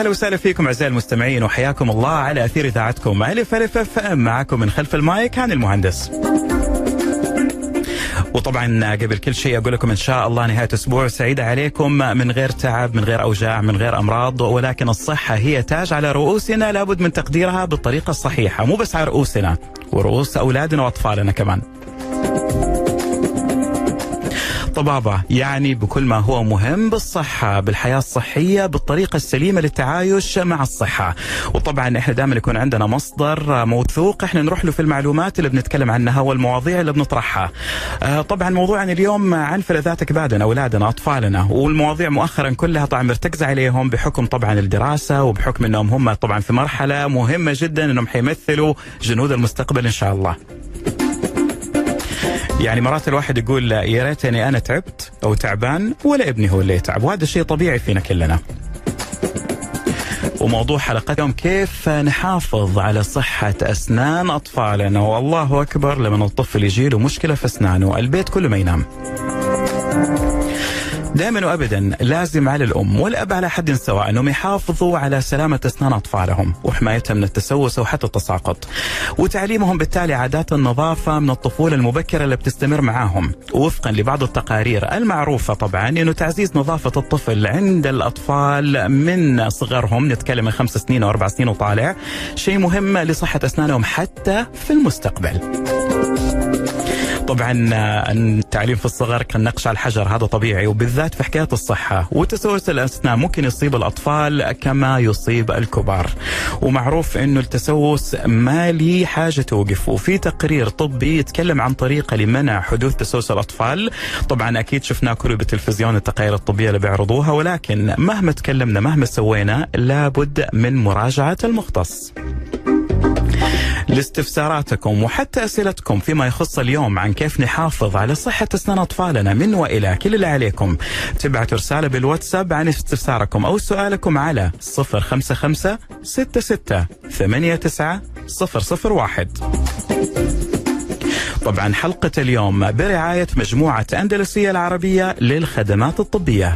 هلا وسهلا فيكم اعزائي المستمعين، وحياكم الله على اثير اذاعتكم الف الف اف ام. معكم من خلف المايك هاني المهندس. وطبعا قبل كل شيء اقول لكم ان شاء الله نهايه اسبوع سعيده عليكم، من غير تعب، من غير اوجاع، من غير امراض، ولكن الصحه هي تاج على رؤوسنا، لابد من تقديرها بالطريقه الصحيحه، مو بس على رؤوسنا ورؤوس اولادنا واطفالنا كمان. طبابة يعني بكل ما هو مهم بالصحة، بالحياة الصحية، بالطريقة السليمة للتعايش مع الصحة. وطبعا احنا دائما يكون عندنا مصدر موثوق احنا نروح له في المعلومات اللي بنتكلم عنها والمواضيع اللي بنطرحها. طبعا موضوعنا اليوم عن فلذات اكبادنا، اولادنا، اطفالنا، والمواضيع مؤخرا كلها طبعا مرتكزة عليهم بحكم طبعا الدراسة، وبحكم انهم هم طبعا في مرحلة مهمة جدا انهم حيمثلوا جنود المستقبل ان شاء الله. يعني مرات الواحد يقول يا ريتني انا تعبت او تعبان ولا ابني هو اللي يتعب، وهذا شيء طبيعي فينا كلنا. وموضوع حلقة اليوم كيف نحافظ على صحة أسنان أطفالنا. والله أكبر لما الطفل يجي له مشكلة في أسنانه البيت كله ما ينام. دائما وابدا لازم على الام والاب على حد سواء انهم يحافظوا على سلامه اسنان اطفالهم وحمايتها من التسوس وحتى التساقط، وتعليمهم بالتالي عادات النظافه من الطفوله المبكره اللي بتستمر معاهم. وفقا لبعض التقارير المعروفه طبعا انه تعزيز نظافه الطفل عند الاطفال من صغرهم، نتكلم من 5 سنين و4 سنين وطالع، شيء مهم لصحه اسنانهم حتى في المستقبل. طبعا التعليم في الصغر كالنقش على الحجر، هذا طبيعي، وبالذات في حكاية الصحة. وتسوس الأسنان ممكن يصيب الأطفال كما يصيب الكبار، ومعروف أنه التسوس ما لي حاجة توقف. وفي تقرير طبي يتكلم عن طريقة لمنع حدوث تسوس الأطفال. طبعا أكيد شفناه كله بالتلفزيون التقارير الطبية اللي بيعرضوها، ولكن مهما تكلمنا مهما سوينا لابد من مراجعة المختص. لاستفساراتكم وحتى أسئلتكم فيما يخص اليوم عن كيف نحافظ على صحة أسنان أطفالنا من وإلى، كل اللي عليكم تبعتوا رسالة بالواتساب عن استفساركم أو سؤالكم على 055 66 89 001. طبعا حلقة اليوم برعاية مجموعة أندلسية العربية للخدمات الطبية.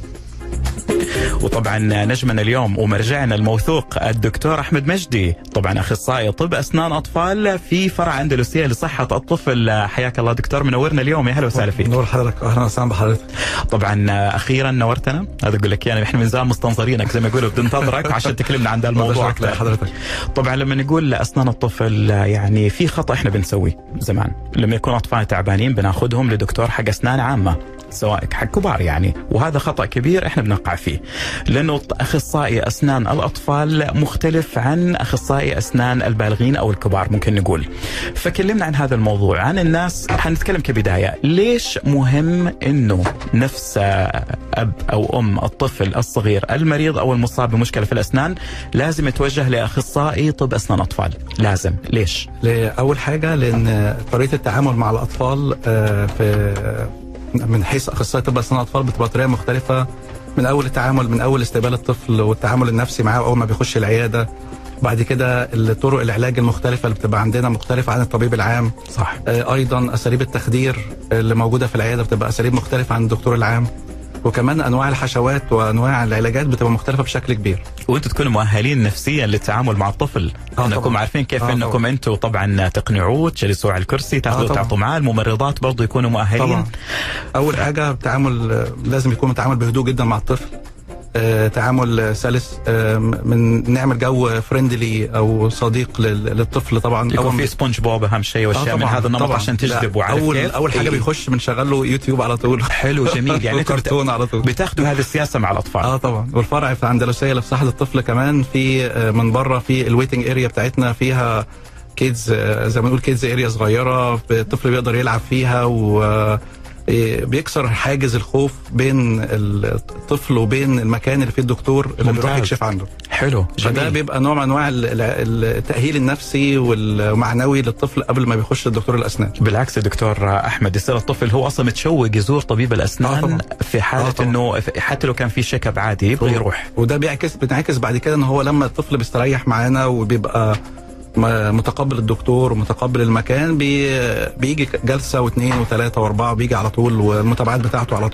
وطبعا نجمنا اليوم ومرجعنا الموثوق الدكتور أحمد مجدي، طبعا أخصائي طب أسنان أطفال في فرع أندلسية لصحة الطفل. حياك الله دكتور، منورنا اليوم، يا هلا وسهلا فيك. نور حضرتك، أهلا وسهلا بحضرتك. طبعا أخيرا نورتنا، هذا أقول لك يعني إحنا من زمان مستنظرينك زي ما يقولوا، بننتظرك عشان تكلمنا عن ذا الموضوع. حضرتك طبعا لما نقول أسنان الطفل يعني في خطأ إحنا بنسويه زمان، لما يكون أطفال تعبانين بناخذهم لدكتور حق أسنان عامة سواء حق كبار يعني، وهذا خطأ كبير احنا بنقع فيه، لانه اخصائي اسنان الاطفال مختلف عن اخصائي اسنان البالغين او الكبار ممكن نقول. فكلمنا عن هذا الموضوع، عن الناس. حنتكلم كبداية ليش مهم انه نفس اب او ام الطفل الصغير المريض او المصاب بمشكلة في الاسنان لازم يتوجه لاخصائي طب اسنان اطفال. لازم ليش؟ اول حاجة لان طريقة التعامل مع الاطفال من حيث اخصائي طب اسنان الاطفال بتبقى طريقه مختلفه، من اول التعامل، من اول استقبال الطفل والتعامل النفسي معاه اول ما بيخش العياده. بعد كده الطرق العلاج المختلفه اللي بتبقى عندنا مختلفه عن الطبيب العام. صح. ايضا اساليب التخدير اللي موجوده في العياده بتبقى اساليب مختلفه عن الدكتور العام. وكمان انواع الحشوات وانواع العلاجات بتبقى مختلفه بشكل كبير. وانتم تكونوا مؤهلين نفسيا للتعامل مع الطفل، انكم عارفين كيف انكم انتم طبعا تقنعوه، تجلسوه على الكرسي، تاخذوا تعطوا معاه. الممرضات برضو يكونوا مؤهلين طبعا. اول حاجه التعامل لازم يكون متعامل بهدوء جدا مع الطفل، تعامل سلس، من نعمل جو فريندلي او صديق للطفل. طبعا يكون في سبونج بوب اهم شيء واشياء من هذا النمط عشان تجذب. وعارف اول حاجه بيخش بنشغل له يوتيوب على طول. حلو جميل. يعني كرتون على طول. بتاخذوا هذه السياسه مع الاطفال؟ طبعا. والفرع في اندلسيه لصحه الطفل كمان في من بره في الويتنج اريا بتاعتنا فيها كيدز، زي ما نقول كيدز اريا صغيره الطفل بيقدر يلعب فيها، و بيكسر حاجز الخوف بين الطفل وبين المكان اللي فيه الدكتور اللي بيروح يكشف عنده. حلو جميل. فده بيبقى نوع من انواع التاهيل النفسي والمعنوي للطفل قبل ما بيخش الدكتور الاسنان. بالعكس يا دكتور احمد، يصير الطفل هو اصلا متشوق يزور طبيب الاسنان في حاله انه حتى لو كان في شيك اب عادي يبغى يروح. وده بينعكس بعد كده ان هو لما الطفل بيستريح معانا وبيبقى متقبل الدكتور ومتقبل المكان، بيجي جلسه واثنين وثلاثه واربعه، بيجي على طول، والمتابعات بتاعته على طول.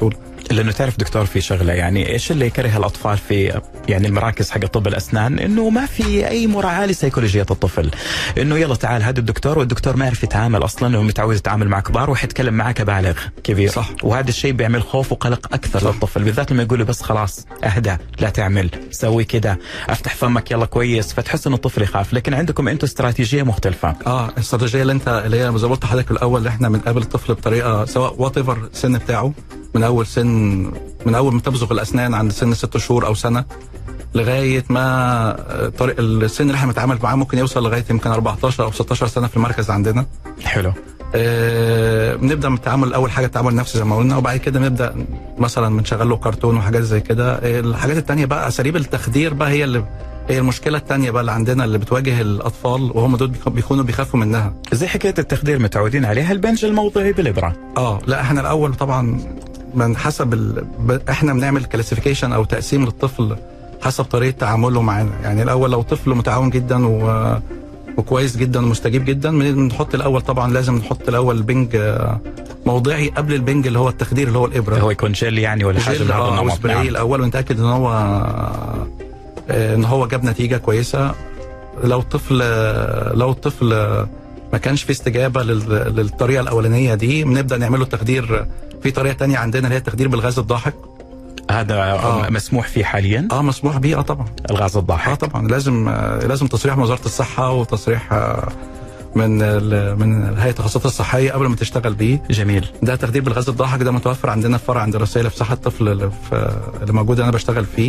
لانه تعرف دكتور في شغله، يعني ايش اللي يكره الاطفال في يعني المراكز حق طب الاسنان؟ انه ما في اي مراعاه لسيكولوجيه الطفل، انه يلا تعال هذا الدكتور، والدكتور ما يعرف يتعامل اصلا، لانه متعود يتعامل مع كبار وحيتكلم معك بالغ كبير. صح. وهذا الشيء بيعمل خوف وقلق اكثر صح. للطفل، بالذات لما يقول له بس خلاص اهدى، لا تعمل، سوي كذا، افتح فمك يلا كويس، فتحس انه الطفل يخاف. لكن عندكم انتم استراتيجيه مختلفه. الاستراتيجيه اللي هي زي ما قلت لحضرتك الاول، اللي احنا بنقابل الطفل بطريقه سواء وات ايفر السن بتاعه، من اول ما تبزغ الاسنان عند سن 6 شهور او سنه، لغايه ما طريق السن اللي احنا بنتعامل معاه ممكن يوصل لغايه يمكن 14 او 16 سنه في المركز عندنا. حلو. بنبدا من التعامل، اول حاجه التعامل النفسي زي ما قلنا، وبعد كده بنبدا مثلا بنشغل له كرتون وحاجات زي كده. الحاجات التانية بقى اساليب التخدير بقى هي المشكله التانية بقى اللي عندنا، اللي بتواجه الاطفال وهم دول بيكونوا بيخافوا منها. زي حكايه التخدير متعودين عليها، البنج الموضعي بالابره. لا احنا الاول طبعا من حسب احنا بنعمل كلاسيفيكيشن او تقسيم للطفل حسب طريقه تعامله معانا. يعني الاول لو طفل متعاون جدا وكويس جدا ومستجيب جدا، بنحط الاول طبعا لازم نحط الاول البنج موضعي قبل البنج اللي هو التخدير اللي هو الابره. هو يكون جل يعني ولا حاجه من هذا النوع؟ نعم. الاول ونتاكد ان هو جاب نتيجه كويسه. لو الطفل ما كانش في استجابه للطريقه الاولانيه دي، بنبدا نعمل له التخدير في طريقه تانية عندنا، اللي هي التخدير بالغاز الضاحك. هذا مسموح فيه حاليا؟ مسموح به طبعا. الغاز الضاحك طبعا لازم تصريح من وزاره الصحه وتصريح من هيئه التخصصات الصحيه قبل ما تشتغل بيه. جميل. ده تخدير بالغاز الضاحك، ده متوفر عندنا في فرع اندلسيه في صحه الطفل اللي موجود انا بشتغل فيه.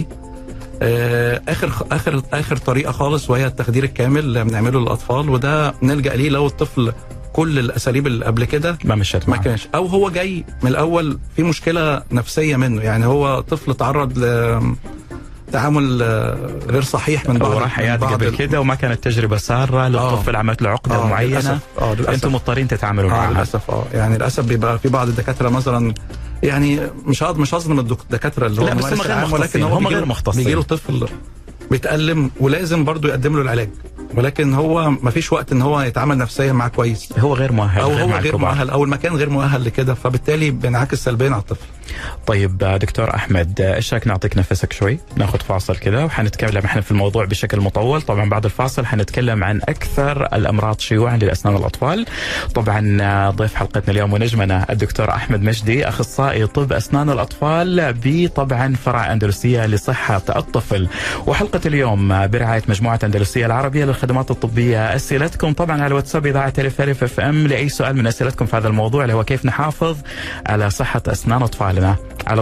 اخر طريقه خالص، وهي التخدير الكامل اللي بنعمله للاطفال، وده نلجا ليه لو الطفل كل الاساليب اللي قبل كده ما كانش، او هو جاي من الاول في مشكله نفسيه منه، يعني هو طفل تعرض لتعامل غير صحيح من بعض حياة قبل كده، وما كانت تجربه ساره للطفل، عملت له عقده معينه. للأسف. انتم مضطرين تتعاملوا معها. للاسف بيبقى في بعض الدكاتره مثلا، يعني مش هظلم الدكاتره اللي هم غير مختصين، ولكن هم غير مختصين. بيجي له طفل بيتألم ولازم برضه يقدم له العلاج، ولكن هو ما فيش وقت ان هو يتعامل نفسيا معاه كويس، هو غير مؤهل، او هو غير مؤهل، او المكان غير مؤهل لكده، فبالتالي بينعكس سلبيا على الطفل. طيب دكتور احمد، ايش رايك نعطيك نفسك شوي، ناخذ فاصل كده وحنتكلم احنا في الموضوع بشكل مطول. طبعا بعد الفاصل حنتكلم عن اكثر الامراض شيوعا لاسنان الاطفال. طبعا ضيف حلقتنا اليوم ونجمنا الدكتور احمد مجدي، اخصائي طب اسنان الاطفال بطبعا فرع اندلسيه لصحه الطفل. وحلقه اليوم برعايه مجموعه اندلسيه العربيه للخدمات الطبيه. اسئلتكم طبعا على واتساب اذاعه ألف اف ام لاي سؤال من اسئلتكم في هذا الموضوع، اللي هو كيف نحافظ على صحه اسنان اطفالنا، على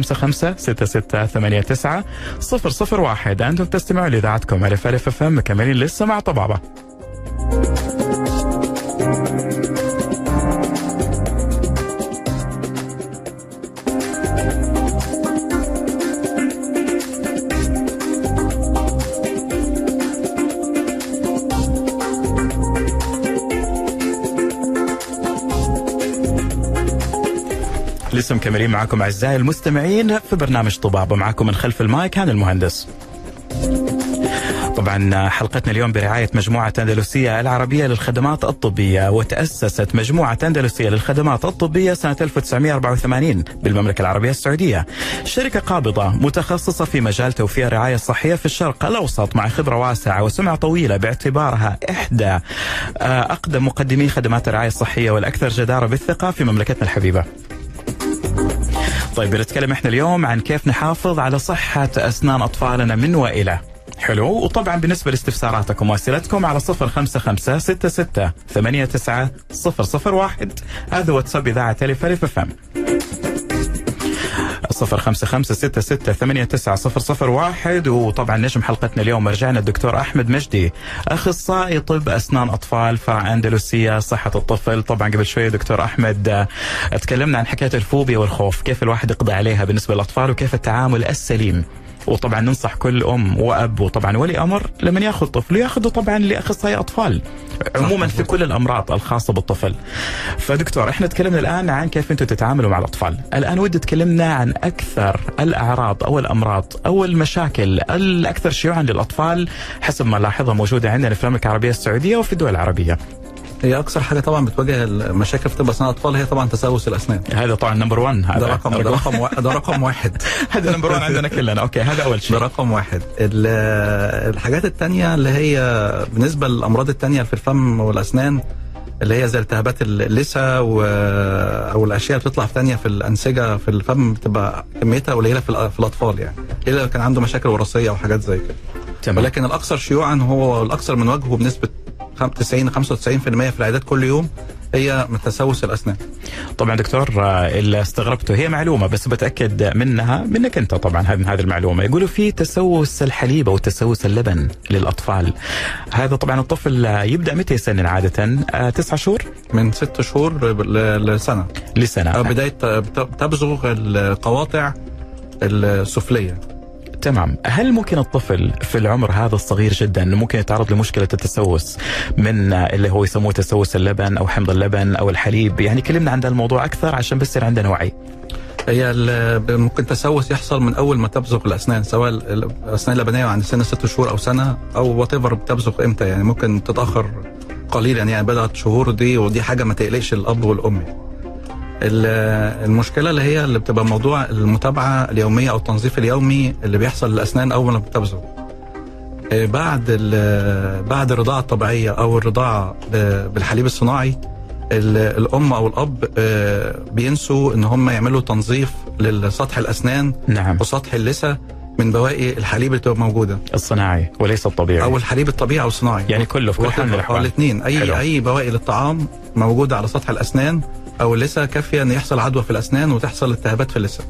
055-6689-001. أنتم تستمعوا لإذاعتكم ألف اف ام، مكملين لسه مع طبابة. لسه مكملين معكم أعزائي المستمعين في برنامج طبابة، معكم من خلف المايك هاني المهندس. طبعا حلقتنا اليوم برعاية مجموعة أندلسية العربية للخدمات الطبية. وتأسست مجموعة أندلسية للخدمات الطبية سنة 1984 بالمملكة العربية السعودية، شركة قابضة متخصصة في مجال توفير الرعاية الصحية في الشرق الأوسط، مع خبرة واسعة وسمعة طويلة باعتبارها إحدى أقدم مقدمي خدمات الرعاية الصحية والأكثر جدارة بالثقة في مملكتنا الحبيبة. طيب بنتكلم احنا اليوم عن كيف نحافظ على صحة أسنان أطفالنا من وإلى. حلو. وطبعا بالنسبة لاستفساراتكم وأسئلتكم على 055-6689-001، هذا واتساب إذاعة ألف اف ام. 055-6689-001. وطبعا نجم حلقتنا اليوم رجعنا الدكتور أحمد مجدي، أخصائي طب أسنان أطفال فرع أندلسية صحة الطفل. طبعا قبل شوية دكتور أحمد تكلمنا عن حكاية الفوبيا والخوف، كيف الواحد يقضي عليها بالنسبة للأطفال، وكيف التعامل السليم. وطبعا ننصح كل أم وأب وطبعا ولي أمر لما يأخذ طفل يأخذه طبعا لأخصائي أطفال عموما في كل الأمراض الخاصة بالطفل. فدكتور احنا تكلمنا الآن عن كيف أنتم تتعاملوا مع الأطفال، الآن ودي تكلمنا عن أكثر الأعراض أو الأمراض أو المشاكل الأكثر شيوعا للأطفال حسب ما لاحظها موجودة عندنا في المملكة العربية السعودية وفي الدول العربية. هي اكثر حاجه طبعا بتواجه المشاكل في طب اسنان الاطفال هي طبعا تسوس الاسنان. هذا طبعا نمبر 1. هذا ده رقم واحد. هذا نمبر 1 عندنا كلنا. اوكي هذا اول شيء. ده رقم واحد. الحاجات الثانيه اللي هي بالنسبه للامراض الثانيه في الفم والاسنان اللي هي زي التهابات اللثه او الاشياء اللي بتطلع ثانيه في الانسجه في الفم بتبقى كميتها قليله في الاطفال يعني، الا لو كان عنده مشاكل وراثيه او حاجات زي كده. تمام. ولكن الاكثر شيوعا هو الاكثر من وجهه بنسبه 90 95% في العيادات كل يوم هي من تسوس الاسنان. طبعا دكتور اللي استغربته هي معلومه بس بتاكد منك انت طبعا هذه المعلومه، يقولوا في تسوس الحليب او تسوس اللبن للاطفال. هذا طبعا الطفل يبدا متى يسنن عاده؟ 9 شهور؟ من 6 شهور لسنه. بدايه تبزغ القواطع السفليه. تمام. هل ممكن الطفل في العمر هذا الصغير جدا انه ممكن يتعرض لمشكله التسوس من اللي هو يسموه تسوس اللبن او حمض اللبن او الحليب؟ يعني كلمنا عن الموضوع اكثر عشان بس يصير عندنا وعي. هي ممكن تسوس يحصل من اول ما تبزغ الاسنان، سواء الاسنان اللبنيه عند سن 6 شهور او سنه او وات ايفر بتبزغ امتى، يعني ممكن تتاخر قليلا يعني بدأت شهور ودي حاجه ما تقلقش الاب والام. المشكله اللي بتبقى موضوع المتابعه اليوميه او التنظيف اليومي اللي بيحصل للاسنان اول ما بتبزغ. بعد الرضاعه الطبيعيه او الرضاعه بالحليب الصناعي الام او الاب بينسوا ان هم يعملوا تنظيف لسطح الاسنان. نعم. وسطح اللثه من بواقي الحليب اللي بتبقى موجوده، الصناعي وليس الطبيعي، او الحليب الطبيعي او الصناعي، يعني كله في كل حال من الاحوال. الاثنين. اي بواقي للطعام موجوده على سطح الاسنان او اللثه كافيه ان يحصل عدوى في الاسنان وتحصل التهابات في اللثه.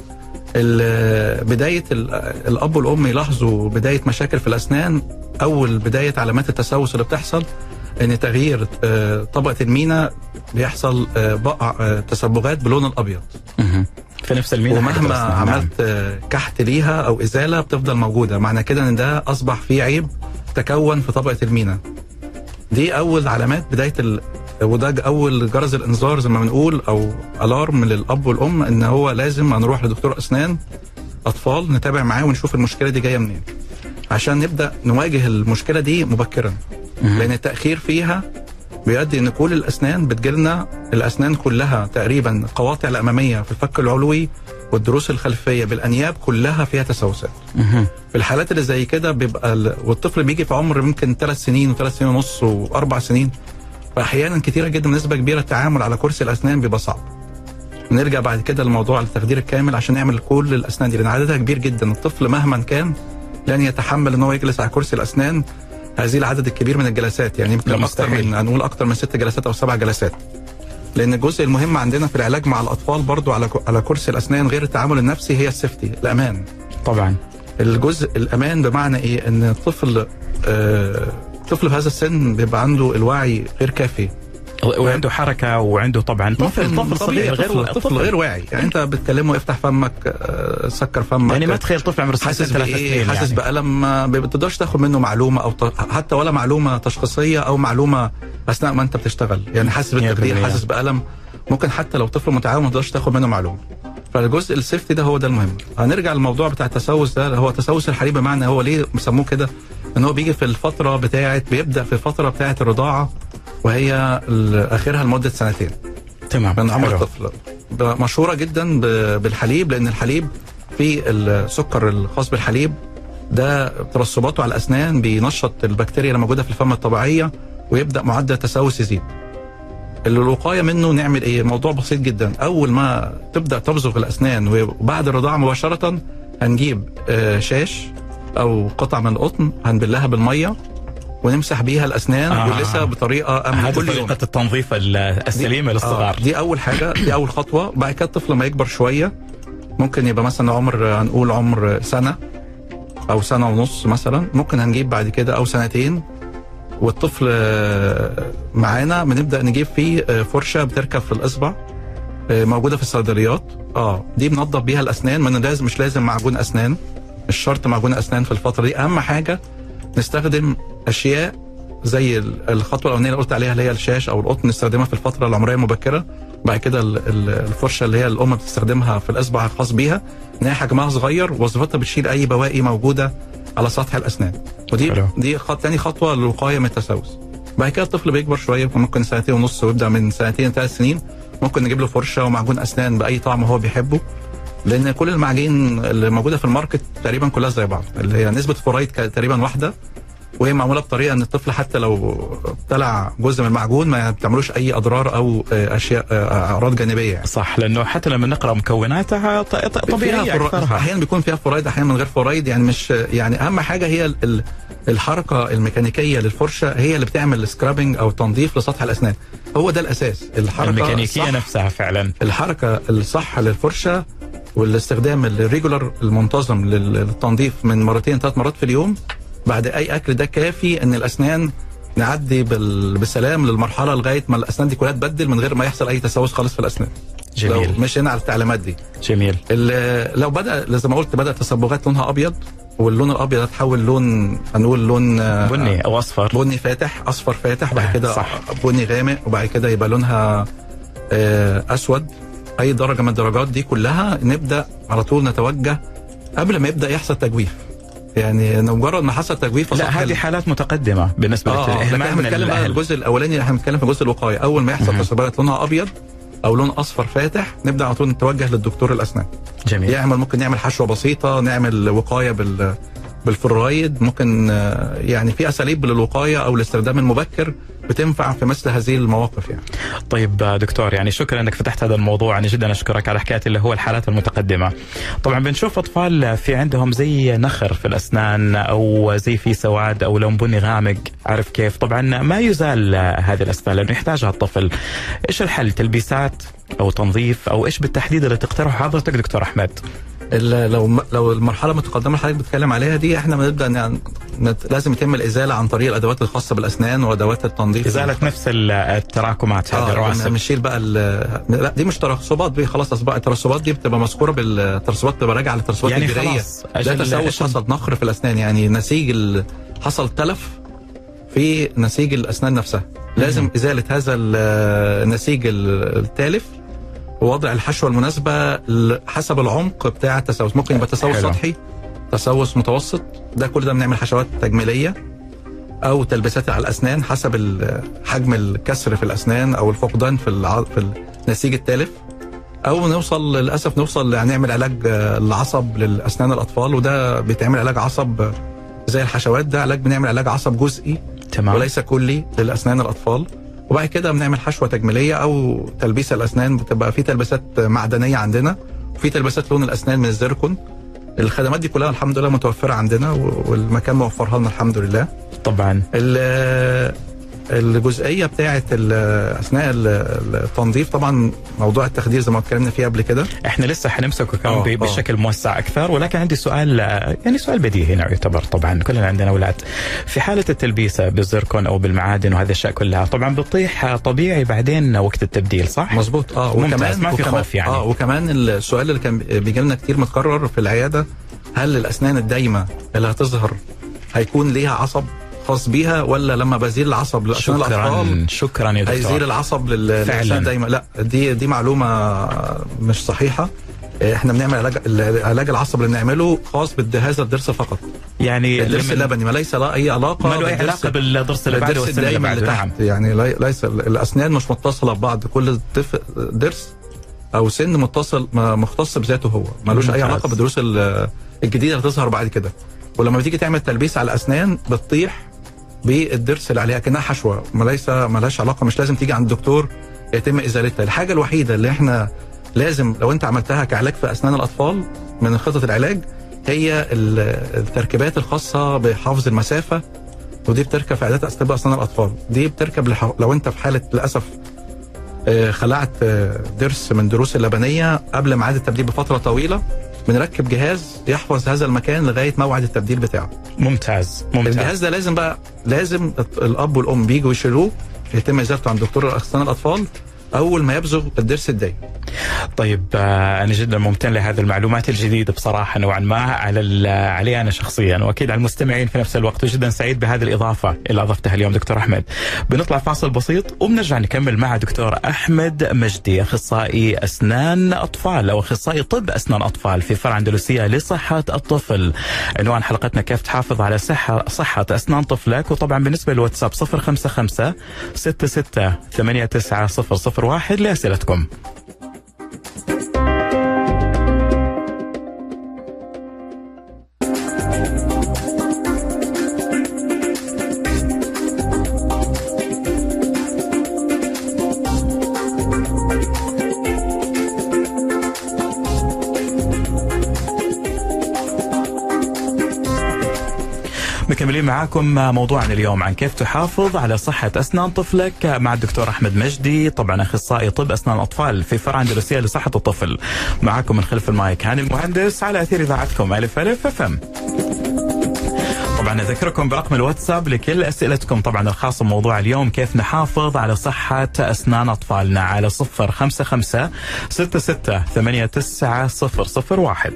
بدايه الاب والام يلاحظوا بدايه مشاكل في الاسنان. اول بدايه علامات التسوس اللي بتحصل ان تغيير طبقه المينا بيحصل بقع تسبغات بلون الابيض في نفس المينا، ومهما عملت كحت ليها او ازاله بتفضل موجوده. معنى كده ان ده اصبح فيه عيب تكون في طبقه المينا. دي اول علامات بدايه وده اول جرس الانذار زي ما بنقول او الارم للاب والام ان هو لازم نروح لدكتور اسنان اطفال نتابع معاه ونشوف المشكله دي جايه منين عشان نبدا نواجه المشكله دي مبكرا. لان التاخير فيها بيؤدي ان كل الاسنان بتجيلنا، الاسنان كلها تقريبا القواطع الاماميه في الفك العلوي والضروس الخلفيه بالانياب كلها فيها تسوسات. في الحالات اللي زي كده بيبقى والطفل بيجي في عمر ممكن 3 سنين و3 سنين ونص و4 سنين، فاحيانا كتيره جدا بنسبه كبيره التعامل على كرسي الاسنان بيبقى صعب. نرجع بعد كده لموضوع التخدير الكامل عشان نعمل كل الاسنان دي، لان عددها كبير جدا. الطفل مهما كان لن يتحمل ان هو يجلس على كرسي الاسنان هذه العدد الكبير من الجلسات، يعني يمكن اكتر من 6 جلسات او 7 جلسات. لان الجزء المهم عندنا في العلاج مع الاطفال برضو على كرسي الاسنان غير التعامل النفسي هي السيفتي، الامان. طبعا الجزء الامان بمعنى ايه؟ ان الطفل في هذا السن بيبقى عنده الوعي غير كافي وعنده حركه وعنده طبعا طفل صغير غير واعي. يعني انت بتكلمه افتح فمك، سكر فمك، يعني ما تخيل طفل عمره 6 سنين حاسس بألم، ما بتقدرش تاخد منه معلومه او حتى ولا معلومه تشخيصيه او معلومه اثناء ما انت بتشتغل، يعني حاسس بالتخدير، حاسس بألم، ممكن حتى لو طفل متعاون ما تقدرش تاخد منه معلومه. فالجزء السيفتي ده هو ده المهم. هنرجع للموضوع بتاع التسوس ده، هو تسوس الحليب. بمعنى هو ليه بيسموه كده؟ ان هو بيجي في الفتره بيبدا في الفتره بتاعه الرضاعه وهي اخرها لمده 2 سنين. تمام. من عمر الطفل. مشهوره جدا بالحليب، لان الحليب فيه السكر الخاص بالحليب ده ترسباته على الاسنان بينشط البكتيريا اللي موجوده في الفم الطبيعيه ويبدا معدل التسوس يزيد. الوقايه منه نعمل ايه؟ موضوع بسيط جدا. اول ما تبدا تبزغ الاسنان وبعد الرضاعه مباشره هنجيب شاش او قطعه من القطن هنبلها بالميه ونمسح بيها الاسنان واللثه بطريقه امنه كل يوم. طريقه التنظيف السليمه للصغار. دي اول حاجه، دي اول خطوه. بعد كده الطفل لما يكبر شويه ممكن يبقى مثلا هنقول عمر سنه او سنه ونص مثلا، ممكن هنجيب بعد كده او 2 سنين والطفل معانا بنبدا نجيب فيه فرشه بتركب في الاصبع موجوده في الصيدليات. دي بننظف بيها الاسنان. مش لازم معجون اسنان، مش شرط معجون اسنان في الفتره دي. اهم حاجه نستخدم اشياء زي الخطوه الاولانيه اللي قلت عليها اللي هي الشاش او القطن، نستخدمها في الفتره العمريه المبكره. بعد كده الفرشه اللي هي الام بتستخدمها في الاصبع الخاص بيها، ان هي حجمها صغير وظيفتها بتشيل اي بواقي موجوده على سطح الاسنان. ودي تاني خطوه للوقايه من التسوس. بعد كده الطفل بيكبر شويه، ممكن 2.5 سنين ويبدا من 2 3 سنين ممكن نجيب له فرشه ومعجون اسنان باي طعم هو بيحبه، لان كل المعاجين اللي موجوده في الماركت تقريبا كلها زي بعض، اللي هي نسبه فورايد تقريبا واحده، وهي معموله بطريقه ان الطفل حتى لو ابتلع جزء من المعجون ما بتعملوش اي اضرار او اشياء اعراض جانبيه يعني. صح، لانه حتى لما نقرا مكوناتها طبيعيه اكثرها، احيانا بيكون فيها فورايد احيانا من غير فورايد، يعني مش يعني اهم حاجه هي الحركه الميكانيكيه للفرشه هي اللي بتعمل سكرابنج او تنظيف لسطح الاسنان، هو ده الاساس. الحركه الميكانيكيه نفسها فعلا، الحركه الصح للفرشه والاستخدام الريجولر المنتظم للتنظيف من 2 3 مرات في اليوم بعد اي اكل، ده كافي ان الاسنان نعدي بالسلام للمرحله لغايه ما الاسنان دي كلها تبدل من غير ما يحصل اي تسوس خالص في الاسنان. جميل. لو مشينا على التعليمات دي. جميل. لو بدا زي ما قلت بدا تصبغات لونها ابيض، واللون الابيض هتحول لون هنقول لون بني او اصفر، بني فاتح، اصفر فاتح، بعد كده بني غامق، وبعد كده يبقى لونها اسود. اي درجه من الدرجات دي كلها نبدا على طول نتوجه قبل ما يبدا يحصل تجويف، يعني مجرد ما حصل تجويف. لا هذه حالات متقدمه بالنسبه للاهمال من الاهل. الجزء الاولاني احنا بنتكلم في جزء الوقايه، اول ما يحصل تصبغات لونها ابيض او لون اصفر فاتح نبدا على طول نتوجه للدكتور الاسنان. جميل. ممكن نعمل حشوه بسيطه، نعمل وقايه بالفلورايد، ممكن يعني في اساليب للوقايه او الاستخدام المبكر بتنفع في مثل هذه المواقف يعني. طيب دكتور، يعني شكرا انك فتحت هذا الموضوع، انا جدا اشكرك على حكايه اللي هو الحالات المتقدمه. طبعا بنشوف اطفال في عندهم زي نخر في الاسنان او زي في سواد او لون بني غامق، عارف كيف؟ طبعا ما يزال هذه الاسباب لانه يحتاجها الطفل. ايش الحل؟ تلبيسات او تنظيف او ايش بالتحديد اللي تقترحه حضرتك دكتور احمد؟ لو المرحله المتقدمه اللي حضرتك بتتكلم عليها دي، احنا بنبدا يعني لازم يتم الازاله عن طريق الادوات الخاصه بالاسنان وادوات التنظيف، ازاله نفس التراكمات هذه الرواسب. بنشيل بقى لا دي مش ترسبات، دي خلاص اصبحت الترسبات دي بتبقى مذكوره بالترسبات، بتبقى راجعه للترسبات يعني الجيريه. ده تسوس حصل نخر في الاسنان، يعني نسيج حصل تلف في نسيج الاسنان نفسها، لازم ازاله هذا النسيج التالف ووضع الحشوه المناسبه حسب العمق بتاع التسوس. ممكن يبقى تسوس سطحي، تسوس متوسط، ده كل ده بنعمل حشوات تجميليه او تلبيسات على الاسنان حسب حجم الكسر في الاسنان او الفقدان في النسيج التالف، او نوصل نعمل علاج العصب للاسنان الاطفال، وده بيتعمل علاج عصب زي الحشوات، ده علاج بنعمل علاج عصب جزئي تمام وليس كلي للاسنان الاطفال. وبعد كده بنعمل حشوه تجميليه او تلبيس الاسنان، بتبقى في تلبيسات معدنيه عندنا وفي تلبيسات لون الاسنان من الزيركون. الخدمات دي كلها الحمد لله متوفره عندنا والمكان موفرها لنا الحمد لله. طبعا الجزئيه بتاعه اثناء التنظيف، طبعا موضوع التخدير زي ما اتكلمنا فيه قبل كده، احنا لسه حنمسكه كمان بشكل موسع اكثر، ولكن عندي سؤال، يعني سؤال بديهي هنا يعتبر، طبعا كلنا عندنا اولاد. في حاله التلبيسه بالزيركون او بالمعادن وهذه الاشياء كلها طبعا بتطيح طبيعي بعدين وقت التبديل، صح؟ مظبوط. وكمان ما في خوف يعني. وكمان السؤال اللي كان بيجي لنا كتير متكرر في العياده، هل الاسنان الدايمه اللي هتظهر هيكون ليها عصب خاص بيها، ولا لما بزيل العصب للاسنان الاطفال شكرا يا دكتور هيزيل العصب للاسنان دايما؟ لا، دي معلومه مش صحيحه. احنا بنعمل علاج العصب اللي بنعمله خاص بهذا الضرس فقط، يعني الضرس اللبني، ما ليس له اي علاقه، ما له اي علاقه بالضرس اللي بعده والسن اللي بعده. نعم، يعني ليس الاسنان مش متصله ببعض، كل ضرس او سن مختص بذاته، هو ملوش اي علاقه بالضروس الجديده اللي هتظهر بعد كده. ولما بتيجي تعمل تلبيس على الاسنان بتطيح بالضرس اللي عليها كأنها حشوه، ملهاش علاقه، مش لازم تيجي عند الدكتور يتم ازالتها. الحاجه الوحيده اللي احنا لازم لو انت عملتها كعلاج في اسنان الاطفال من خطه العلاج هي التركيبات الخاصه بحفظ المسافه، ودي بتركب في عيادات اطباء اسنان الاطفال. دي بتركب لو انت في حاله للاسف خلعت ضرس من ضروس اللبنيه قبل ميعاد التبديل بفتره طويله، بنركب جهاز يحفظ هذا المكان لغايه موعد التبديل بتاعه. ممتاز. الجهاز ده لازم الاب والام بيجوا يشيلوه، يتم ازالته عند دكتور اسنان الاطفال اول ما يبزغ الضرس الدايم. طيب أنا جدا ممتن لهذه المعلومات الجديدة بصراحة نوعا ما علي أنا شخصيا، وأكيد على المستمعين في نفس الوقت، وجدا سعيد بهذه الإضافة اللي أضفتها اليوم دكتور أحمد. بنطلع فاصل بسيط وبنرجع نكمل مع دكتور أحمد مجدي، أخصائي أسنان أطفال أو أخصائي طب أسنان أطفال في فرع أندلسية لصحة الطفل. عنوان حلقتنا كيف تحافظ على صحة أسنان طفلك. وطبعا بالنسبة للواتساب 055 66 89 001 لأسئلتكم. مكملين معاكم موضوعنا اليوم عن كيف تحافظ على صحة أسنان طفلك مع الدكتور أحمد مجدي، طبعا أخصائي طب أسنان أطفال في فرع أندلسية لصحة الطفل. معاكم من خلف المايك هاني المهندس على أثير إذاعتكم ألف ألف FM. طبعا أذكركم برقم الواتساب لكل أسئلتكم طبعا الخاصة بموضوع اليوم، كيف نحافظ على صحة أسنان أطفالنا، على 055 66 89 001.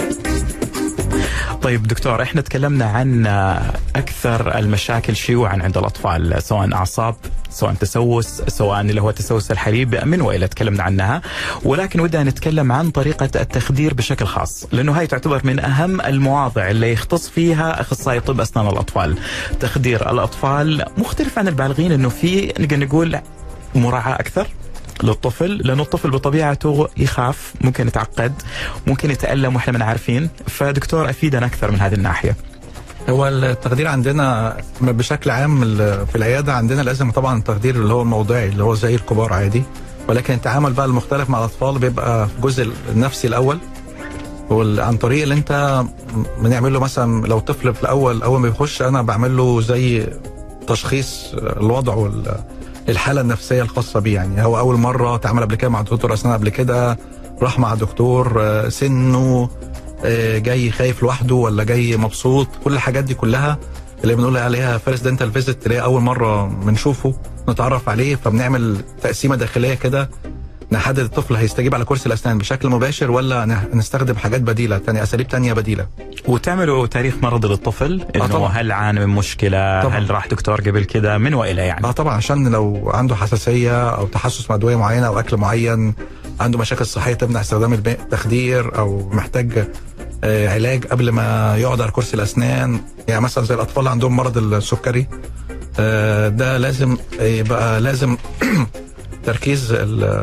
طيب دكتور، احنا تكلمنا عن اكثر المشاكل شيوعا عند الاطفال، سواء اعصاب، سواء تسوس، سواء اللي هو تسوس الحليب من والى تكلمنا عنها، ولكن ودنا نتكلم عن طريقة التخدير بشكل خاص، لانه هاي تعتبر من اهم المواضع اللي يختص فيها اخصائي طب اسنان الاطفال. تخدير الاطفال مختلف عن البالغين، انه في نقدر نقول مراعاة اكثر للطفل، لأنه الطفل بطبيعته يخاف، ممكن يتعقد، ممكن يتألم، وإحنا من عارفين. فدكتور أفيدنا أكثر من هذه الناحية. هو التخدير عندنا بشكل عام في العيادة عندنا لازم طبعا التخدير اللي هو الموضعي اللي هو زي الكبار عادي، ولكن التعامل بقى المختلف مع الأطفال بيبقى الجزء النفسي الأول، عن طريق اللي أنت بنعمل له مثلا لو طفل في الأول أول ما بيخش أنا بعمل له زي تشخيص الوضع الحالة النفسية الخاصة بيه. يعني هو أول مرة تعمل قبل كده مع دكتور أسنان، قبل كده راح مع دكتور، سنه جاي خايف لوحده ولا جاي مبسوط، كل الحاجات دي كلها اللي بنقول عليها فيرست دنتال فيزيت، اللي هي أول مرة بنشوفه نتعرف عليه، فبنعمل تقسيمة داخلية كده نحدد الطفل هيستجيب على كرسي الأسنان بشكل مباشر ولا نستخدم حاجات بديلة تانية، أساليب تانية بديلة. وتعملوا تاريخ مرضي للطفل، إنه هل عانى من مشكلة، طبعًا. هل راح دكتور قبل كده من وإلى يعني؟ طبعا، عشان لو عنده حساسية أو تحسس مع أدوية معينة أو أكل معين، عنده مشاكل صحية تمنع استخدام التخدير، أو محتاج علاج قبل ما يقعد على كرسي الأسنان. يعني مثلا زي الأطفال اللي عندهم مرض السكري، ده لازم يبقى لازم تركيز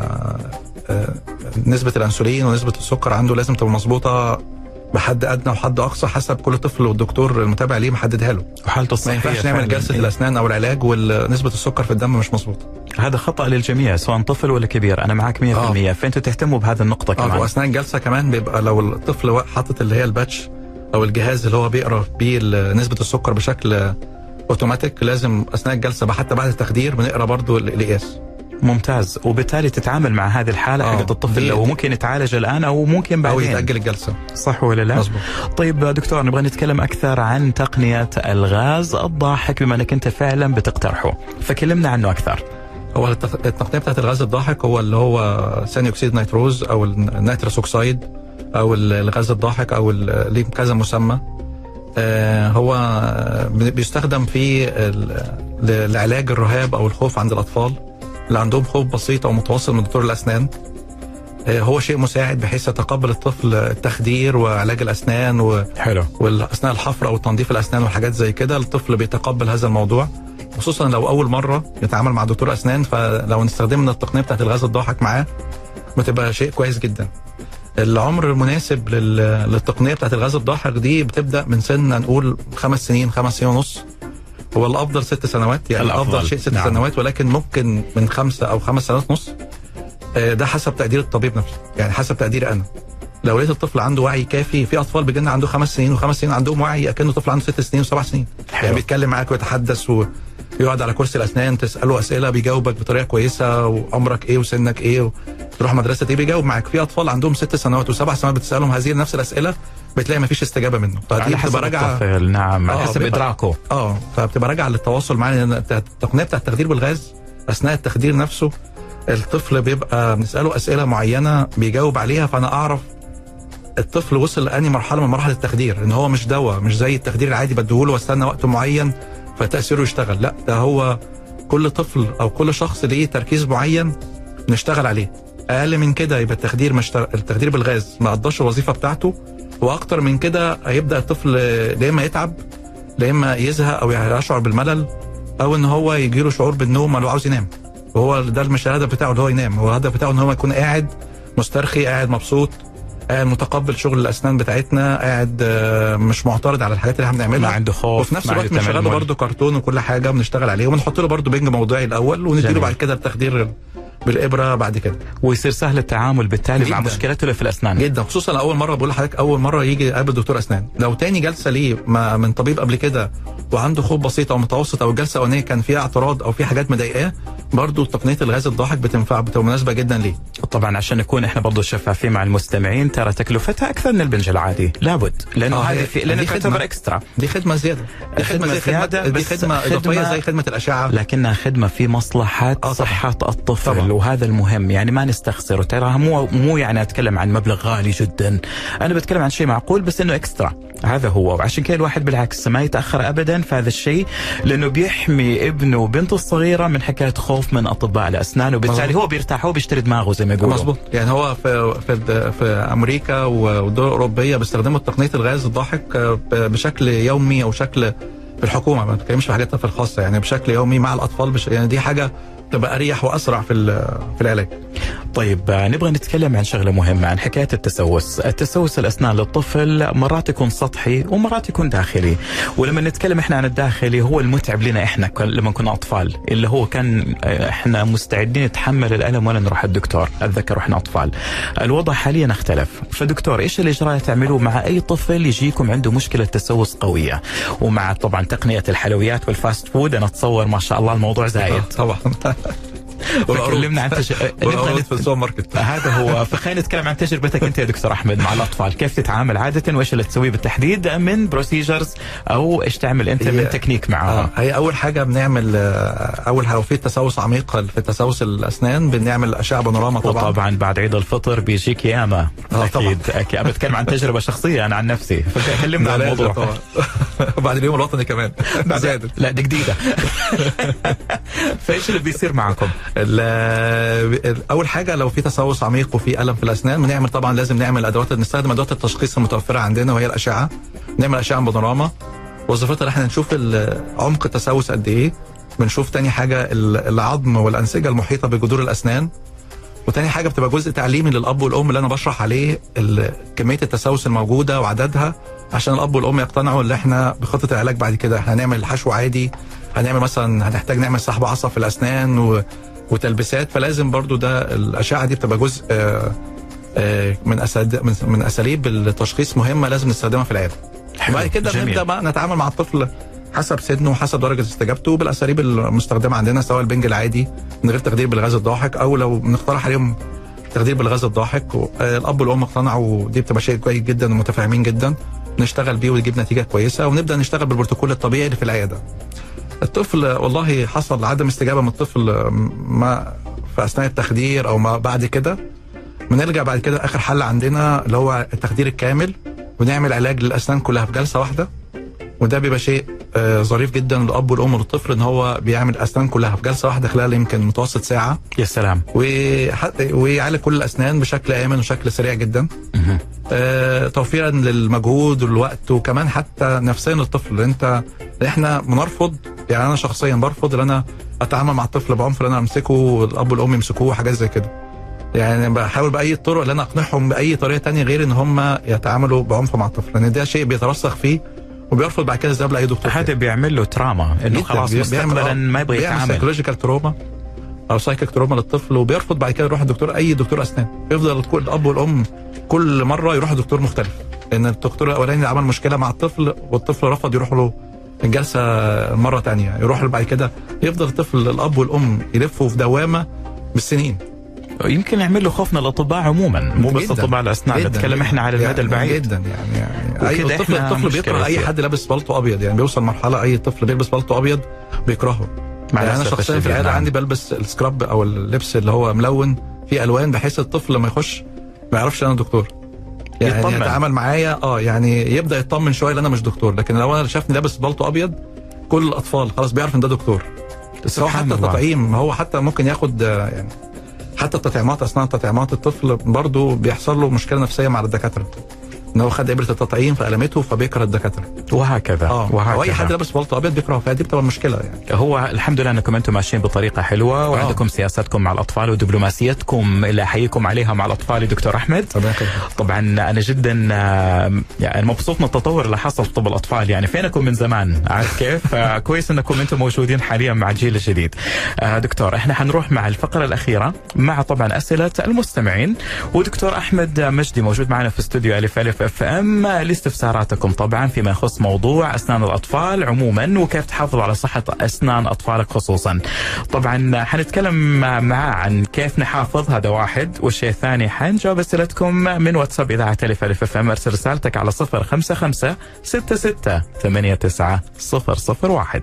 نسبة الأنسولين ونسبة السكر عنده لازم تبقى مظبوطة بحد أدنى وحد أقصى حسب كل طفل، والدكتور المتابع ليه محددها له وحالته الصحية. ما ينفعش نعمل جلسة الأسنان أو العلاج ونسبة السكر في الدم مش مظبوطة. هذا خطأ للجميع سواء طفل ولا كبير، أنا معك 100%. فأنتوا تهتموا بهذا النقطة كمان. وأثناء الجلسة كمان بيبقى لو الطفل حاطط اللي هي الباتش أو الجهاز اللي هو بيقرأ بيه نسبة السكر بشكل أوتوماتيك، لازم أثناء الجلسة حتى بعد التخدير بنقرأ برضو القياس. ممتاز. وبالتالي تتعامل مع هذه الحالة حقت الطفل، لو ممكن يتعالج الآن أو ممكن بعدين أو يتأجل الجلسة، صح ولا لا؟ مظبوط. طيب دكتور، نبغى نتكلم أكثر عن تقنية الغاز الضاحك بما أنك أنت فعلا بتقترحه، فكلمنا عنه أكثر. هو التقنية بتاعت الغاز الضاحك هو اللي هو ثاني أكسيد نيتروز أو النيتروس أوكسايد أو الغاز الضاحك أو ليه كذا مسمى. هو بيستخدم في لعلاج الرهاب أو الخوف عند الأطفال اللي عندهم خوف بسيط أو متوسط من دكتور الأسنان. هو شيء مساعد بحيث يتقبل الطفل التخدير وعلاج الأسنان حلو. والأثناء الحفر أو تنظيف الأسنان والحاجات زي كده، الطفل بيتقبل هذا الموضوع، خصوصا لو أول مرة يتعامل مع دكتور أسنان. فلو نستخدمنا التقنية بتاعت الغاز الضاحك معاه بتبقى شيء كويس جدا. العمر المناسب للتقنية بتاعت الغاز الضاحك دي بتبدأ من سن نقول 5 سنين 5 سنين ونص. هو الأفضل 6 سنوات، يعني الأفضل شيء 6 سنوات، ولكن ممكن من 5 أو 5 سنوات ونص. ده حسب تقدير الطبيب نفسه، يعني حسب تقدير أنا. لو لقيت الطفل عنده وعي كافي، في أطفال بيجينا عنده 5 سنين و5 سنين عندهم وعي أكنه طفل عنده 6 سنين و7 سنين. يعني بيتكلم معاك ويتحدث ويقعد على كرسي الأسنان، تسأله أسئلة بيجاوبك بطريقة كويسة، وعمرك إيه وسنك إيه وتروح مدرسة إيه بيجاوب معاك. في أطفال عندهم 6 سنوات و7 سنوات بتسألهم هذه نفس الأسئلة بتلاقي مفيش استجابة منه. على حسب الطفل، نعم، على حسب إدراكه. فبتبقى راجعة للتواصل معنا. التقنية بتاعت التخدير بالغاز أثناء التخدير نفسه الطفل بيبقى بنساله اسئله معينه بيجاوب عليها، فانا اعرف الطفل وصل لاني مرحله من مراحل التخدير، ان هو مش دواء، مش زي التخدير العادي بديهوله واستنى وقت معين فتاثيره يشتغل. لا، ده هو كل طفل او كل شخص ليه تركيز معين نشتغل عليه. اقل من كده يبقى التخدير بالغاز ما قضاش الوظيفه بتاعته، واكتر من كده هيبدا الطفل يا اما يتعب، يا اما يزهق او يشعر بالملل، او ان هو يجيله شعور بالنوم لو عاوز ينام. وهو ده مش الهدف بتاعه اللي هو ينام، هو الهدف بتاعه ان هو يكون قاعد مسترخي، قاعد مبسوط، قاعد متقبل شغل الاسنان بتاعتنا، قاعد مش معترض على الحاجات اللي احنا بنعملها، ما عنده خوف، وفي نفس الوقت بنشغل له برضه كرتون وكل حاجه بنشتغل عليه، وبنحط له برضه بنج موضعي الاول، ونديله بعد كده التخدير بالابره بعد كده، ويصير سهل التعامل بالتالي جداً مع مشكلته اللي في الاسنان جدا. خصوصا اول مره بقول لحضرتك، اول مره يجي يقابل دكتور اسنان، لو تاني جلسه ليه من طبيب قبل كده وعنده خوف بسيط او متوسط، او الجلسه الاولانيه كان فيها اعتراض او في حاجات مضايقاه، برضه تقنيه الغاز الضاحك بتبقى مناسبه جدا ليه. طبعا عشان نكون احنا برضه شفافين مع المستمعين، ترى تكلفتها اكثر من البنج العادي لابد، لانه هذه لانها تعتبر اكسترا، دي خدمه زياده، دي خدمه اضافيه زي خدمه الاشعه، لكنها خدمه في مصلحه صحه الطفل طبعا. وهذا المهم، يعني ما نستخسره، ترى مو يعني اتكلم عن مبلغ غالي جدا، انا بتكلم عن شيء معقول بس انه اكسترا، هذا هو. وعشان كذا الواحد بالعكس ما يتاخر ابدا في هذا الشيء، لانه بيحمي ابنه وبنته الصغيره من حكايه خوف من اطباء الاسنان، وبالتالي هو بيرتاح، هو بيشتري دماغه زي ما يقولوا. مظبوط. يعني هو في امريكا والدول الاوروبيه بيستخدموا تقنيه الغاز الضاحك بشكل يومي، او شكل في الحكومه، ما بتكلمش في حاجات في الخاصه، يعني بشكل يومي مع الاطفال، يعني دي حاجه تبقى اريح واسرع في العلاج. طيب نبغى نتكلم عن شغله مهمه، عن حكايه التسوس الاسنان للطفل، مرات يكون سطحي ومرات يكون داخلي. ولما نتكلم احنا عن الداخلي هو المتعب لنا احنا لما كنا اطفال، اللي هو كان احنا مستعدين نتحمل الالم ولا نروح الدكتور، اتذكر واحنا اطفال. الوضع حاليا اختلف، فدكتور ايش الاجراءات تعملوه مع اي طفل يجيكم عنده مشكله تسوس قويه، ومع طبعا تقنيه الحلويات والفاست فود، انا اتصور ما شاء الله الموضوع زايد طبعا. فكلمنا عن نبغى في السوبر ماركت، هذا هو. فخلينا نتكلم عن تجربتك انت يا دكتور احمد مع الاطفال، كيف تتعامل عاده، وايش اللي تسويه بالتحديد من بروسيجرز، او ايش تعمل انت من تكنيك معاهم؟ هي اول حاجه بنعمل، لو في تسوس عميق في تسوس الاسنان بنعمل اشعه بانوراما طبعا. وطبعا بعد عيد الفطر بيجيك ياما اكيد اكيد. بتكلم عن تجربه شخصيه انا عن نفسي، فكلمنا عن الموضوع طبعا. بعد اليوم الوطني كمان لا دي جديده. فايش اللي بيصير معكم؟ اول حاجه لو في تسوس عميق وفي الم في الاسنان، بنعمل طبعا لازم نعمل نستخدم ادوات التشخيص المتوفره عندنا، وهي الاشعه. نعمل اشعه بانوراما، وظيفتها احنا نشوف عمق التسوس قد ايه. بنشوف تاني حاجه العظم والانسجه المحيطه بجذور الاسنان، وتاني حاجه بتبقى جزء تعليمي للاب والام اللي انا بشرح عليه كميه التسوس الموجوده وعددها، عشان الاب والام يقتنعوا ان احنا بخطه العلاج بعد كده احنا هنعمل حشو عادي، هنعمل مثلا هنحتاج نعمل سحب عصب في الاسنان وتلبيسات. فلازم برضو ده الاشعه دي بتبقى جزء من اساليب التشخيص مهمه لازم نستخدمها في العياده. بعد كده نبدا بقى نتعامل مع الطفل حسب سنه وحسب درجه استجابته بالاساليب المستخدمه عندنا، سواء البنج العادي من غير تخدير بالغاز الضاحك، او لو بنقترح عليهم تخدير بالغاز الضاحك. الاب والام اقتنعوا، ودي بتبقى شيء كويس جدا ومتفاهمين جدا، نشتغل بيه ويجيب نتيجه كويسه، ونبدا نشتغل بالبروتوكول الطبيعي اللي في العياده. الطفل والله حصل عدم استجابه من الطفل ما في اثناء التخدير او ما بعد كده، بنرجع بعد كده اخر حل عندنا اللي هو التخدير الكامل، ونعمل علاج للاسنان كلها في جلسه واحده. وده بيبقى شيء ظريف جدا للاب والام والطفل، ان هو بيعمل اسنان كلها في جلسه واحده خلال يمكن متوسط ساعه. يا سلام. ويعالج كل الاسنان بشكل امن وشكل سريع جدا، توفيرا للمجهود والوقت، وكمان حتى نفسيا للطفل. احنا بنرفض، يعني انا شخصيا برفض ان انا اتعامل مع الطفل بعنف، ان انا امسكه والاب والام يمسكوه حاجات زي كده. يعني بحاول باي طرق ان انا اقنعهم باي طريقه تانية غير ان هم يتعاملوا بعنف مع الطفل، لان ده شيء بيترسخ فيه وبيرفض بعد كده الذهاب لاي دكتور. هذا بيعمل له تراما، انه خلاص مستقبلا ما يبغى يتعامل، بيعمل سايكولوجيكال تروما او سايكيك تروما للطفل، وبيرفض بعد كده يروح الدكتور، اي دكتور اسنان. يفضل الاب والام كل مره يروح دكتور مختلف، لان الدكتور الاولاني عمل مشكله مع الطفل والطفل رفض يروح له الجلسه مره ثانيه، يروح بعد كده يفضل الطفل الاب والام يلفوا في دوامه بالسنين. يمكن يعمل له خوف من الاطباء عموما، مو بس اطباء الاسنان، نتكلم احنا على المدى البعيد جدا. يعني اي الطفل بيكره اي حد لابس بلطو ابيض، يعني بيوصل مرحله اي طفل بيلبس بلطو ابيض بيكرهه. يعني انا شخصيا في العياده عندي بلبس السكراب او اللبس اللي هو ملون فيه الوان، بحيث الطفل لما يخش ما يعرفش انا دكتور، يعني يتعامل معايا يعني يبدا يطمن شويه ان انا مش دكتور. لكن لو انا شافني لابس بالطو ابيض كل الاطفال خلاص بيعرف ان ده دكتور. هو حتى التطعيم هو حتى ممكن ياخد يعني حتى التطعيمات، اثناء تطعيمات الطفل برضه بيحصل له مشكله نفسيه مع الدكاتره، ان هو خد ابره التطعيم فألمته فبيكره الدكاتره وهكذا. وهكذا اي حد لابس بالطو ابيض بيكره، فدي بتبقى مشكله يعني. هو الحمد لله انكم انتم ماشيين بطريقه حلوه وعندكم سياستكم مع الاطفال ودبلوماسيتكم اللي احييكم عليها مع الاطفال دكتور احمد. طبعا انا جدا يعني مبسوط من التطور اللي حصل في طب الاطفال، يعني فينكم من زمان عارف كيف؟ كويس انكم انتم موجودين حاليا مع الجيل الجديد. دكتور احنا حنروح مع الفقره الاخيره مع طبعا اسئله المستمعين، ودكتور احمد مجدي موجود معنا في استوديو الف اف ام لاستفساراتكم طبعا فيما يخص موضوع اسنان الاطفال عموما وكيف تحافظ على صحه اسنان اطفالك خصوصا. طبعا حنتكلم معاه عن كيف نحافظ، هذا واحد، والشيء الثاني حنجاوب اسئلتكم من واتساب اذاعه الف اف ام. ارسل رسالتك على 055 66 89 001.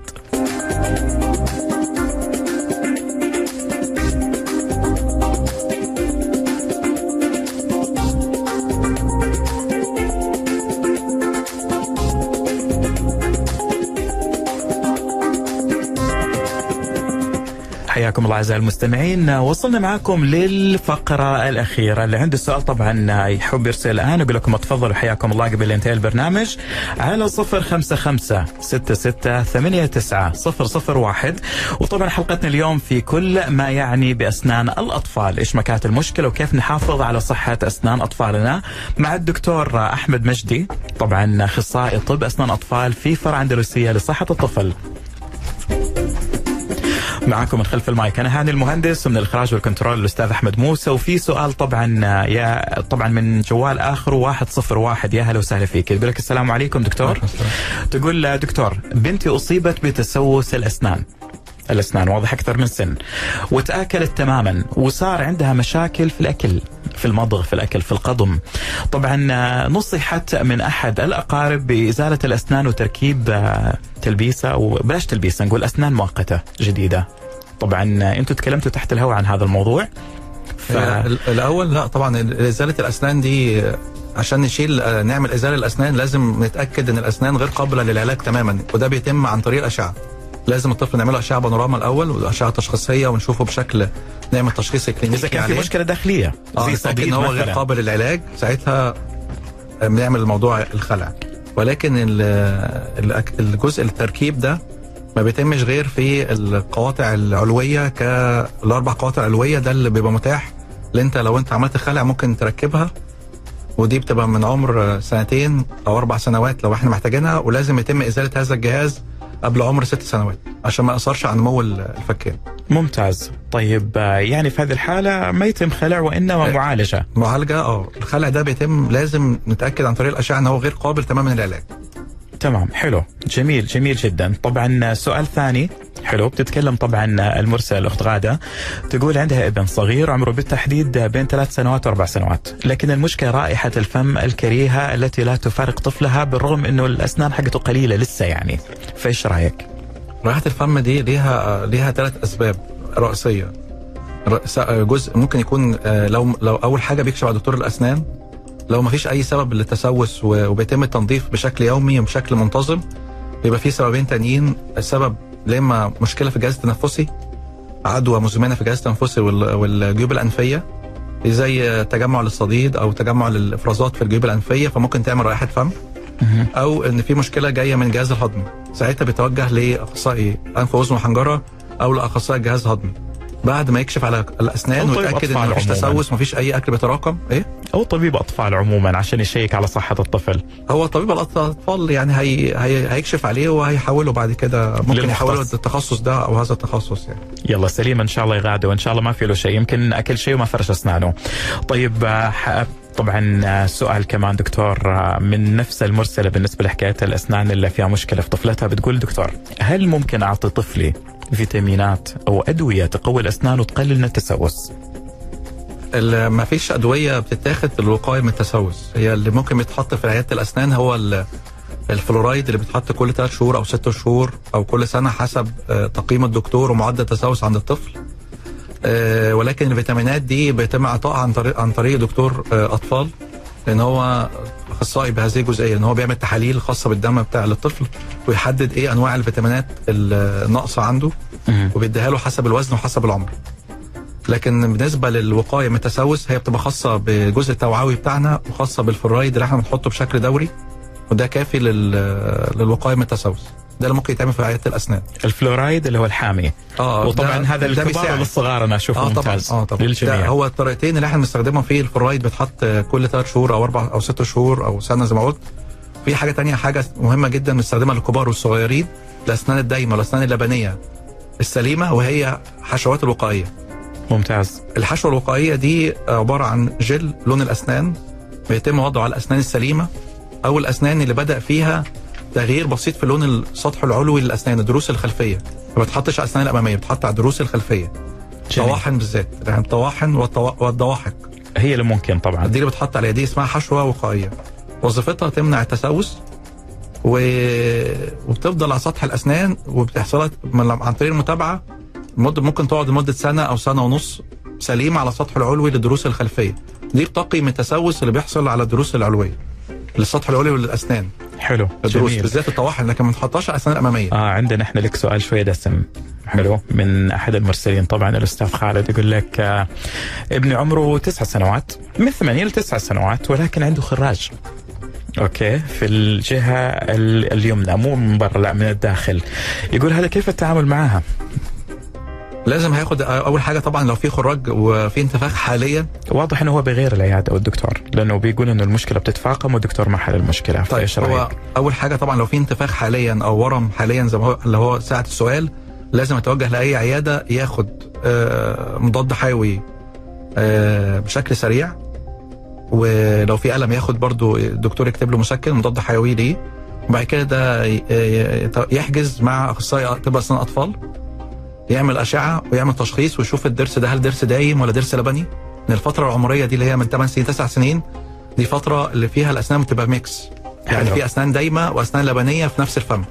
حياكم الله أعزائي المستمعين، وصلنا معكم للفقرة الأخيرة. اللي عنده سؤال طبعا يحب يرسل الآن، أقول لكم تفضلوا حياكم الله قبل ينتهي البرنامج على 055 66 89 001. وطبعا حلقتنا اليوم في كل ما يعني بأسنان الأطفال، إيش ما كانت المشكلة وكيف نحافظ على صحة أسنان أطفالنا، مع الدكتور أحمد مجدي طبعا أخصائي طب أسنان أطفال في فرع أندلسية لصحة الطفل. معكم من خلف المايك انا هاني المهندس، ومن الاخراج والكنترول الاستاذ احمد موسى. وفي سؤال طبعا من جوال اخره 101. يا هلا وسهلا فيك. يقول لك السلام عليكم دكتور. تقول دكتور بنتي اصيبت بتسوس الاسنان واضح اكثر من سن، وتاكلت تماما وصار عندها مشاكل في الاكل، في المضغ، في الاكل، في القضم. طبعا نصحت من احد الاقارب بازاله الاسنان وتركيب تلبيسه، او بلاش تلبيسه، نقول اسنان مؤقته جديده. طبعا انتم تكلمتوا تحت الهواء عن هذا الموضوع. الاول لا طبعا ازاله الاسنان دي عشان نعمل ازاله الاسنان لازم نتاكد ان الاسنان غير قابله للعلاج تماما، وده بيتم عن طريق الاشعه. لازم الطفل نعمله اشعه بانوراما الاول واشعه تشخيصيه ونشوفه بشكل نعمل تشخيص كلينيكي. اذا كان في مشكله داخليه زي صديد هو غير قابل للعلاج، ساعتها بنعمل الموضوع الخلع. ولكن الجزء التركيب ده ما بيتمش غير في القواطع العلويه، الاربع قواطع علويه، ده اللي بيبقى متاح لو انت عملت خلع ممكن تركبها، ودي بتبقى من عمر 2 أو 4 سنوات لو احنا محتاجينها. ولازم يتم ازاله هذا الجهاز قبل عمر 6 سنوات عشان ما يأثرش على نمو الفكين. ممتاز. طيب يعني في هذه الحالة ما يتم خلع وإنما معالجة. الخلع ده بيتم، لازم نتأكد عن طريق الأشعة أنه غير قابل تماما للعلاج. تمام، حلو، جميل جميل جدا. طبعا سؤال ثاني حلو، بتتكلم طبعا المرسل الأخت غادة، تقول عندها ابن صغير عمره بالتحديد بين 3 سنوات و4 سنوات، لكن المشكلة رائحة الفم الكريهة التي لا تفارق طفلها بالرغم أنه الأسنان حقته قليلة لسه يعني، فإيش رأيك؟ رائحة الفم دي ليها 3 أسباب رئيسية. جزء ممكن يكون لو أول حاجة بيكشف على دكتور الأسنان، لو ما فيش أي سبب للتسوس وبيتم التنظيف بشكل يومي وبشكل منتظم، بيبقى في سببين تانيين. السبب لما مشكلة في الجهاز التنفسي، عدوى مزمنة في الجهاز التنفسي والجيوب الأنفية، زي تجمع للصديد أو تجمع للإفرازات في الجيوب الأنفية، فممكن تعمل رائحة فم. أو إن في مشكلة جاية من الجهاز الهضمي، ساعتها بيتوجه لأخصائي أنف وأذن وحنجرة أو لأخصائي الجهاز الهضمي بعد ما يكشف على الأسنان ويتأكد إن مفيش تسوس، مفيش أي أكل بيتراكم. أو طبيب أطفال عموما عشان يشيك على صحة الطفل. هو طبيب الأطفال يعني هيكشف عليه وهيحوله بعد كده، ممكن يحوله التخصص ده أو هذا التخصص يعني. يلا سليم إن شاء الله يغادر، وإن شاء الله ما في له شيء، يمكن أكل شيء وما فرش أسنانه. طيب طبعا سؤال كمان دكتور من نفس المرسلة بالنسبة لحكاية الأسنان اللي فيها مشكلة في طفلتها، بتقول دكتور هل ممكن أعطي طفلي فيتامينات أو أدوية تقوي الأسنان وتقلل من التسوس؟ ما فيش أدوية بتتاخد للوقاية من التسوس. هي اللي ممكن يتحط في عيادة الأسنان هو الفلورايد اللي بيتحط كل 3 شهور او 6 شهور او كل سنه حسب تقييم الدكتور ومعدل التسوس عند الطفل. ولكن الفيتامينات دي بيتم اعطائها عن طريق دكتور اطفال، لان هو اخصائي بهذه الجزئيه، ان هو بيعمل تحاليل خاصه بالدم بتاع الطفل ويحدد ايه انواع الفيتامينات الناقصه عنده وبيديها له حسب الوزن وحسب العمر. لكن بالنسبه للوقايه من التسوس هي بتبقى خاصه بالجزء التوعوي بتاعنا وخاصه بالفلورايد اللي احنا بنحطه بشكل دوري، وده كافي للوقايه من التسوس. ده اللي ممكن يتعمل في عياده الاسنان. الفلورايد اللي هو الحامي. وطبعا هذا للكبار وللصغار انا اشوفه ممتاز. طبعا. للجميع. هو الطريقتين اللي احنا بنستخدمهم فيه الفلورايد بيتحط كل 3 شهور او 4 او 6 شهور او سنه زي ما قلت. في حاجه تانية، حاجه مهمه جدا بنستخدمها للكبار والصغيرين، الاسنان الدايمه والاسنان اللبنيه السليمه، وهي حشوات الوقائيه. ممتاز. الحشوه الوقائيه دي عباره عن جل لون الاسنان بيتم وضعه على الاسنان السليمه او الاسنان اللي بدا فيها تغيير بسيط في لون السطح العلوي للاسنان، الضروس الخلفيه. ما بتحطش على الاسنان الاماميه، بتحط على الضروس الخلفيه. طواحن بالذات، يعني الطواحن والضواحك هي اللي ممكن طبعا دي اللي بتحط عليها، دي اسمها حشوه وقائيه. وظيفتها تمنع التسوس وبتفضل على سطح الاسنان، وبتحصل عن طريق المتابعه. ممكن تقعد لمده سنه او سنه ونص سليمه على السطح العلوي للضروس الخلفيه. دي بتقي من التسوس اللي بيحصل على الضروس العلويه للسطح العلوي للاسنان. حلو. الضروس بالذات الطواحن، لكن ما نحطهاش على الاسنان الاماميه. عندنا احنا لك سؤال شويه دسم. حلو. من احد المرسلين طبعا الاستاذ خالد يقول لك ابني عمره 9 سنوات، من 8 ل 9 سنوات، ولكن عنده خراج. اوكي، في الجهه اليمنى، مو من برا لا من الداخل. يقول هذا كيف التعامل معها؟ لازم هياخد اول حاجه طبعا لو في خراج وفي انتفاخ حاليا. واضح انه هو بغير العياده او الدكتور، لانه بيقول انه المشكله بتتفاقم والدكتور ما حل المشكله. طيب هو اول حاجه طبعا لو في انتفاخ حاليا او ورم حاليا زي ما هو اللي هو ساعه السؤال، لازم يتوجه لاي عياده ياخد مضاد حيوي بشكل سريع. ولو في الم ياخد برضو الدكتور يكتب له مسكن مضاد حيوي ليه، وبعد كده يحجز مع اخصائي طب اسنان اطفال، يعمل اشعه ويعمل تشخيص ويشوف الضرس ده هل ضرس دايم ولا ضرس لبني. ان الفتره العمريه دي اللي هي من 8 سنين 9 سنين دي فتره اللي فيها الاسنان بتبقى ميكس، يعني في اسنان دايمه واسنان لبنيه في نفس الفم.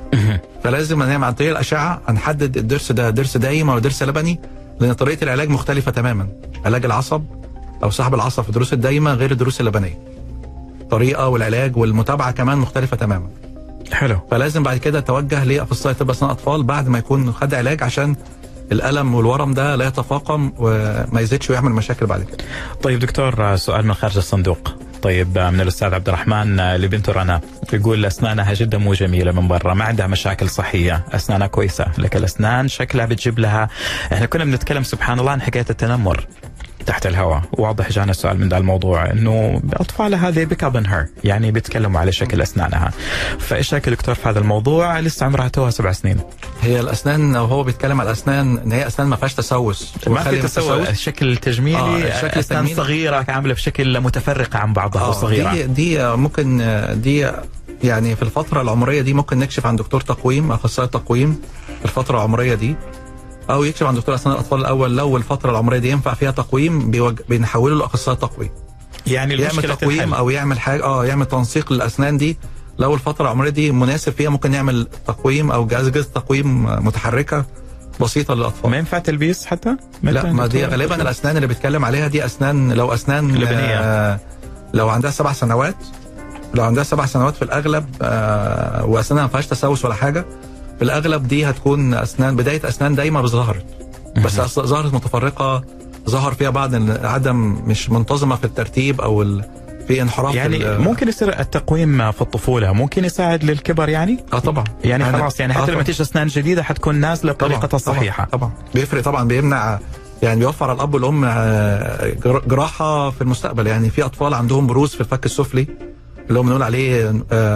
فلازم نعمل عن طريق الاشعه هنحدد الضرس ده ضرس دايم ولا ضرس لبني، لان طريقه العلاج مختلفه تماما. علاج العصب او سحب العصب في الضروس الدايمه غير الضروس اللبنيه. طريقه والعلاج والمتابعه كمان مختلفه تماما. حلو. فلازم بعد كده توجه لاخصائي طب اسنان اطفال بعد ما يكون خد علاج، عشان الالم والورم ده لا يتفاقم وما يزيدش ويعمل مشاكل بعد كده. طيب دكتور، سؤال من خارج الصندوق. طيب من الاستاذ عبد الرحمن لبنته رنا، يقول اسنانها جدا مو جميله من برا، ما عندها مشاكل صحيه، اسنانها كويسه، لكن الاسنان شكلها بتجيب لها. احنا كنا بنتكلم سبحان الله عن حكايه التنمر تحت الهواء، واضح جانا سؤال من ذا الموضوع انه اطفالها هذه بيكابن هير، يعني بيتكلموا على شكل اسنانها. فايش رايك دكتور في هذا الموضوع؟ لسه عمرها توها 7 سنين. هي الاسنان وهو بيتكلم على الاسنان ان هي اسنان ما فيهاش تسوس، ما في تسوس، شكل تجميلي، شكل اسنان صغيره عامله بشكل متفرقه عن بعضها وصغيره. دي ممكن دي يعني في الفتره العمريه دي ممكن نكشف عن دكتور تقويم، اخصائي تقويم في الفتره العمريه دي، او يكشف عن دكتور اسنان الاطفال الاول. لو الفتره العمريه دي ينفع فيها تقويم بنحوله لاخصائي تقويم، يعني يعمل تقويم او يعمل حاجه يعمل تنسيق للاسنان دي. لو الفتره العمريه دي مناسب فيها ممكن نعمل تقويم او جهاز تقويم متحركه بسيطه للاطفال. ما ينفع تلبيس حتى؟ لا، ما دي غالبا الاسنان اللي بيتكلم عليها دي اسنان، لو اسنان لبنيه، لو عندها 7 سنوات، لو عندها 7 سنوات في الاغلب واسنانها ما فيهاش تسوس ولا حاجه، في الاغلب دي هتكون اسنان بدايه اسنان دايما ظهرت، بس ظهرت متفرقه، ظهر فيها بعض عدم مش منتظمه في الترتيب او في انحراف. يعني ممكن يصير التقويم في الطفوله ممكن يساعد للكبر يعني؟ طبعا. يعني خلاص يعني حتى لما تيجي اسنان جديده حتكون نازله بطريقتها الصحيحه. طبعا بيفرق طبعا، بيمنع يعني بيوفر على الاب والام جراحه في المستقبل. يعني في اطفال عندهم بروز في الفك السفلي اللي هو بنقول عليه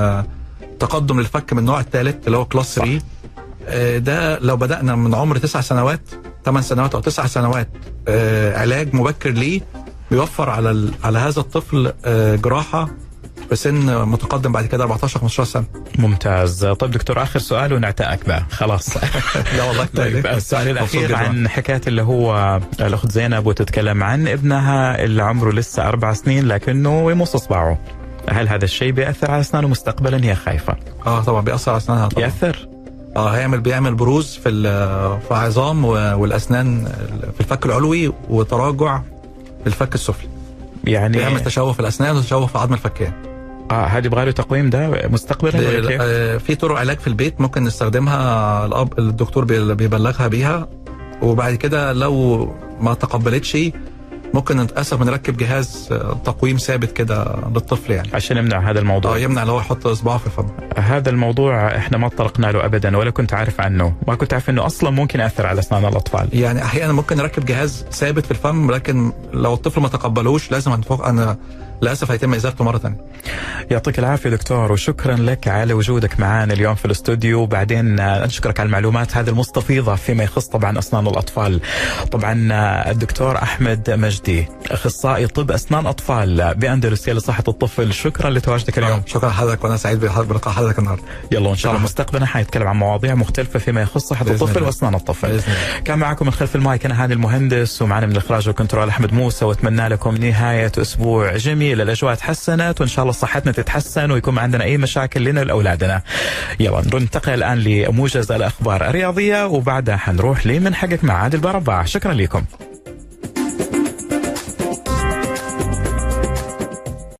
تقدم للفك من النوع الثالث اللي هو كلاس 3، ده لو بدأنا من عمر 9 سنوات 8 سنوات أو 9 سنوات علاج مبكر ليه بيوفر على هذا الطفل جراحة في سن متقدم بعد كده 14 15 سنة. ممتاز. طيب دكتور، آخر سؤال ونعتقك بقى خلاص. لا والله. طيب السؤال الأخير عن حكاية اللي هو الأخت زينب وتتكلم عن ابنها اللي عمره لسه 4 سنين لكنه يمص إصبعه. هل هذا الشيء بيأثر على أسنانه مستقبلا؟ هي خايفة. طبعا بيأثر على أسنانها طبعا. يأثر؟ بيعمل بروز في عظام والأسنان في الفك العلوي، وتراجع في الفك السفلي. يعني بيعمل تشوه في الأسنان وتشوه في عظم الفكين. هذه يبغى له تقويم ده مستقبلا ولا كيف؟ في طرق علاج في البيت ممكن نستخدمها، الدكتور بيبلغها بيها، وبعد كده لو ما تقبلتش ممكن للاسف نركب جهاز تقويم ثابت كده للطفل يعني عشان يمنع هذا الموضوع. يمنع اللي هو يحط اصبعه في الفم. هذا الموضوع احنا ما طرقنا له ابدا، ولا كنت عارف عنه، ما كنت عارف انه اصلا ممكن ياثر على اسنان الاطفال. يعني احيانا ممكن نركب جهاز ثابت في الفم، لكن لو الطفل ما تقبلوش لازم انا للاسف هيتم ازالته مره ثانيه. يعطيك العافيه دكتور، وشكرا لك على وجودك معنا اليوم في الاستوديو، وبعدين نشكرك على المعلومات هذه المستفيضه فيما يخص طبعا اسنان الاطفال. طبعا الدكتور احمد مجدي، اخصائي طب اسنان اطفال باندلسية لصحه الطفل، شكرا لتواجدك اليوم. شكرا لحضرتك، وانا سعيد بلقاء حضرتك النهارده. يلا وان شاء الله مستقبلا حنتكلم عن مواضيع مختلفه فيما يخص صحه الطفل واسنان الطفل. كان معكم من خلف المايك انا هاني المهندس، ومعنا من الاخراج والكنترول احمد موسى، واتمنى لكم نهايه اسبوع جميل، الاجواء تحسنت وان شاء الله صحتنا تتحسن ويكون عندنا اي مشاكل لنا لاولادنا. يلا ننتقل الان لموجز الاخبار الرياضيه، وبعدها حنروح لمن حقك مع عادل برباع. شكرا لكم.